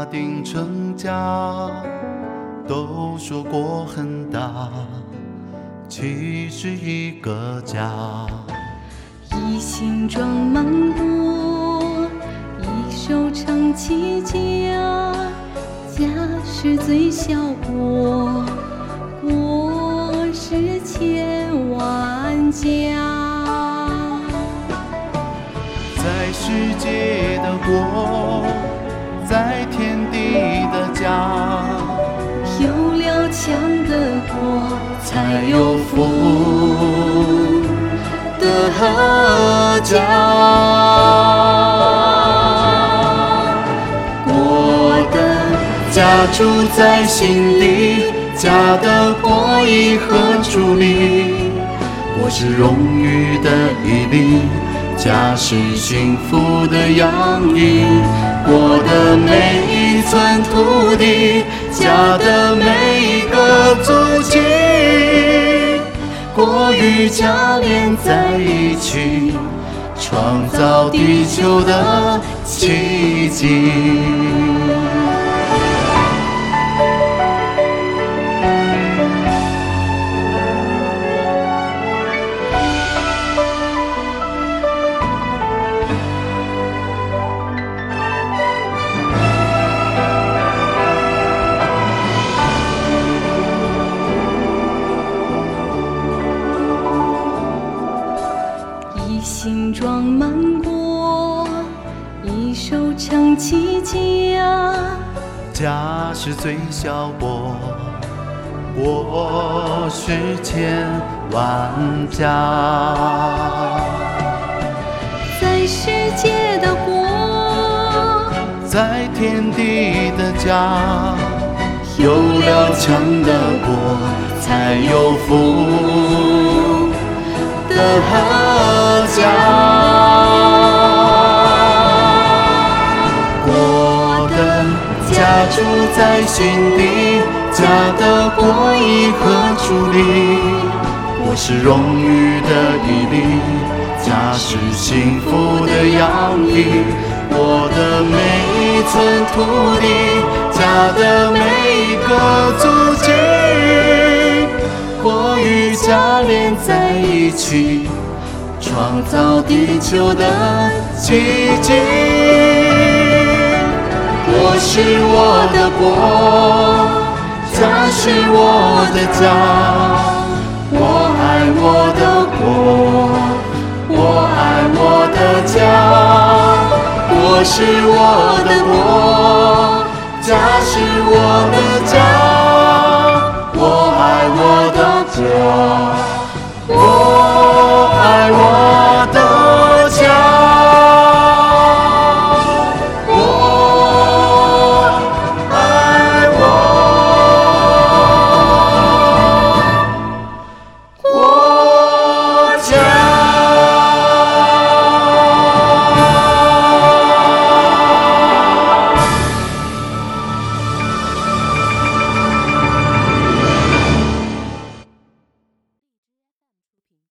定成家，都说过很大，其实一个家。 一心装满钵，一手撑起家，家是最小国，国是千万家。 在世界的国，在天地的家， 有了强的国，才有富的家。 国的家住在心底，家的国以何处立？国是荣誉的毅力，家是幸福的洋溢。国的每一寸土地，家的每一个足迹，国与家连在一起，创造地球的奇迹。 一心装满钵，一手撑起家， 家是最小国，国是千万家。 在世界的国， 在天地的家，有了强的国，才有富的家。国的家住在心底，家的国以何处立？国是荣誉的毅力，家是幸福的洋溢。国的每一寸土地，家的每一个足迹，国与家连在一起，创造地球的奇迹。国是我的国，家是我的家，我爱我的国，我爱我的家。国是我的国，家是我的家，我爱我的家。